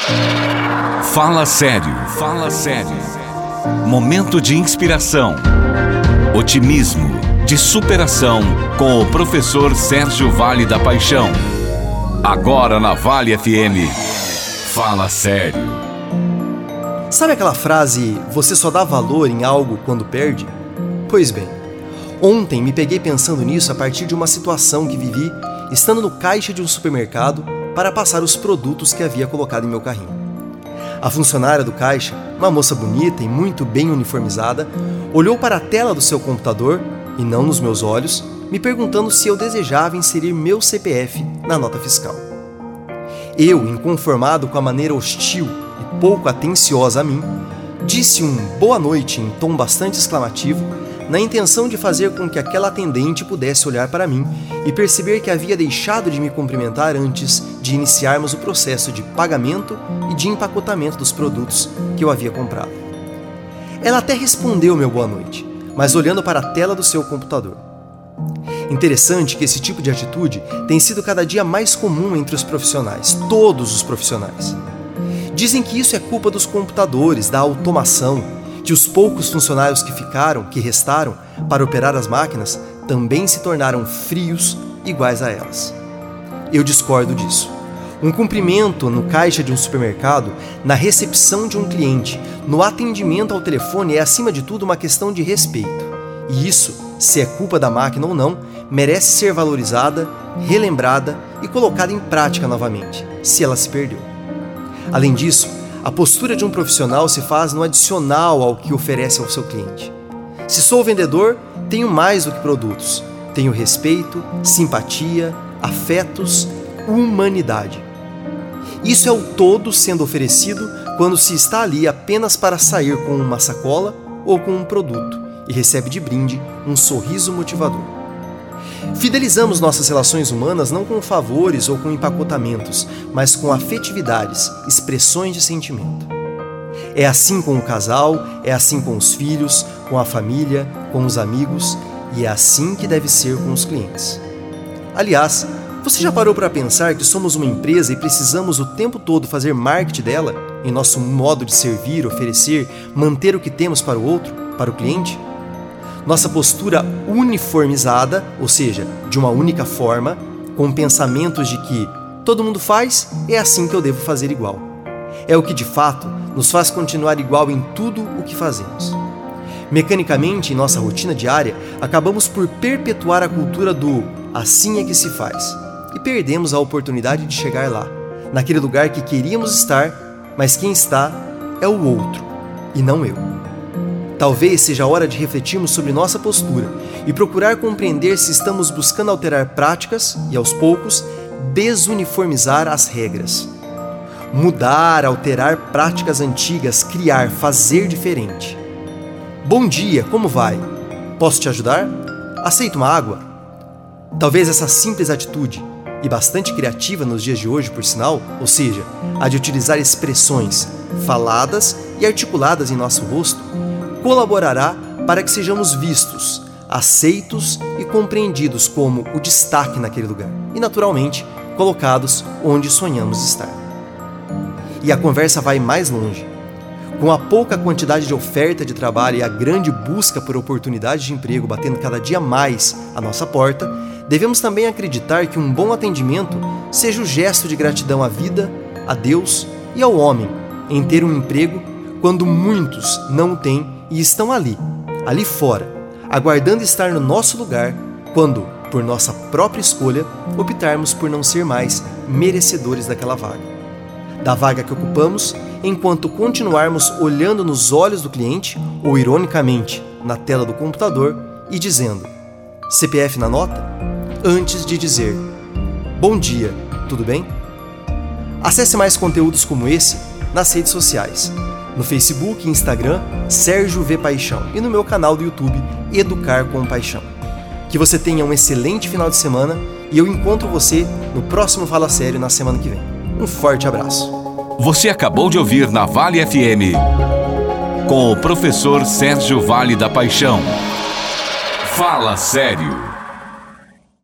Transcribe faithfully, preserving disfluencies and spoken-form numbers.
Fala sério, fala sério. Momento de inspiração, otimismo, de superação com o professor Sérgio Vale da Paixão. Agora na Vale F M, Fala Sério. Sabe aquela frase, você só dá valor em algo quando perde? Pois bem, ontem me peguei pensando nisso a partir de uma situação que vivi estando no caixa de um supermercado para passar os produtos que havia colocado em meu carrinho. A funcionária do caixa, uma moça bonita e muito bem uniformizada, olhou para a tela do seu computador, e não nos meus olhos, me perguntando se eu desejava inserir meu C P F na nota fiscal. Eu, inconformado com a maneira hostil e pouco atenciosa a mim, disse um boa noite em tom bastante exclamativo, na intenção de fazer com que aquela atendente pudesse olhar para mim e perceber que havia deixado de me cumprimentar antes de iniciarmos o processo de pagamento e de empacotamento dos produtos que eu havia comprado. Ela até respondeu meu boa noite, mas olhando para a tela do seu computador. Interessante que esse tipo de atitude tem sido cada dia mais comum entre os profissionais, todos os profissionais. Dizem que isso é culpa dos computadores, da automação, que os poucos funcionários que ficaram, que restaram, para operar as máquinas, também se tornaram frios iguais a elas. Eu discordo disso. Um cumprimento no caixa de um supermercado, na recepção de um cliente, no atendimento ao telefone é acima de tudo uma questão de respeito. E isso, se é culpa da máquina ou não, merece ser valorizada, relembrada e colocada em prática novamente, se ela se perdeu. Além disso, a postura de um profissional se faz no adicional ao que oferece ao seu cliente. Se sou vendedor, tenho mais do que produtos. Tenho respeito, simpatia, afetos, humanidade. Isso é o todo sendo oferecido quando se está ali apenas para sair com uma sacola ou com um produto e recebe de brinde um sorriso motivador. Fidelizamos nossas relações humanas não com favores ou com empacotamentos, mas com afetividades, expressões de sentimento. É assim com o casal, é assim com os filhos, com a família, com os amigos, e é assim que deve ser com os clientes. Aliás, você já parou para pensar que somos uma empresa e precisamos o tempo todo fazer marketing dela, em nosso modo de servir, oferecer, manter o que temos para o outro, para o cliente? Nossa postura uniformizada, ou seja, de uma única forma, com pensamentos de que todo mundo faz, é assim que eu devo fazer igual. É o que de fato nos faz continuar igual em tudo o que fazemos. Mecanicamente, em nossa rotina diária, acabamos por perpetuar a cultura do assim é que se faz e perdemos a oportunidade de chegar lá, naquele lugar que queríamos estar, mas quem está é o outro e não eu. Talvez seja a hora de refletirmos sobre nossa postura e procurar compreender se estamos buscando alterar práticas e, aos poucos, desuniformizar as regras. Mudar, alterar práticas antigas, criar, fazer diferente. Bom dia, como vai? Posso te ajudar? Aceita uma água? Talvez essa simples atitude, e bastante criativa nos dias de hoje, por sinal, ou seja, a de utilizar expressões faladas e articuladas em nosso rosto, colaborará para que sejamos vistos, aceitos e compreendidos como o destaque naquele lugar e, naturalmente, colocados onde sonhamos estar. E a conversa vai mais longe. Com a pouca quantidade de oferta de trabalho e a grande busca por oportunidades de emprego batendo cada dia mais à nossa porta, devemos também acreditar que um bom atendimento seja o gesto de gratidão à vida, a Deus e ao homem em ter um emprego quando muitos não o têm e estão ali, ali fora, aguardando estar no nosso lugar quando, por nossa própria escolha, optarmos por não ser mais merecedores daquela vaga. Da vaga que ocupamos, enquanto continuarmos olhando nos olhos do cliente, ou ironicamente, na tela do computador, e dizendo C P F na nota, antes de dizer bom dia, tudo bem? Acesse mais conteúdos como esse nas redes sociais. No Facebook e Instagram, Sérgio V Paixão, e no meu canal do YouTube, Educar com Paixão. Que você tenha um excelente final de semana e eu encontro você no próximo Fala Sério na semana que vem. Um forte abraço. Você acabou de ouvir na Vale F M com o professor Sérgio Vale da Paixão. Fala Sério.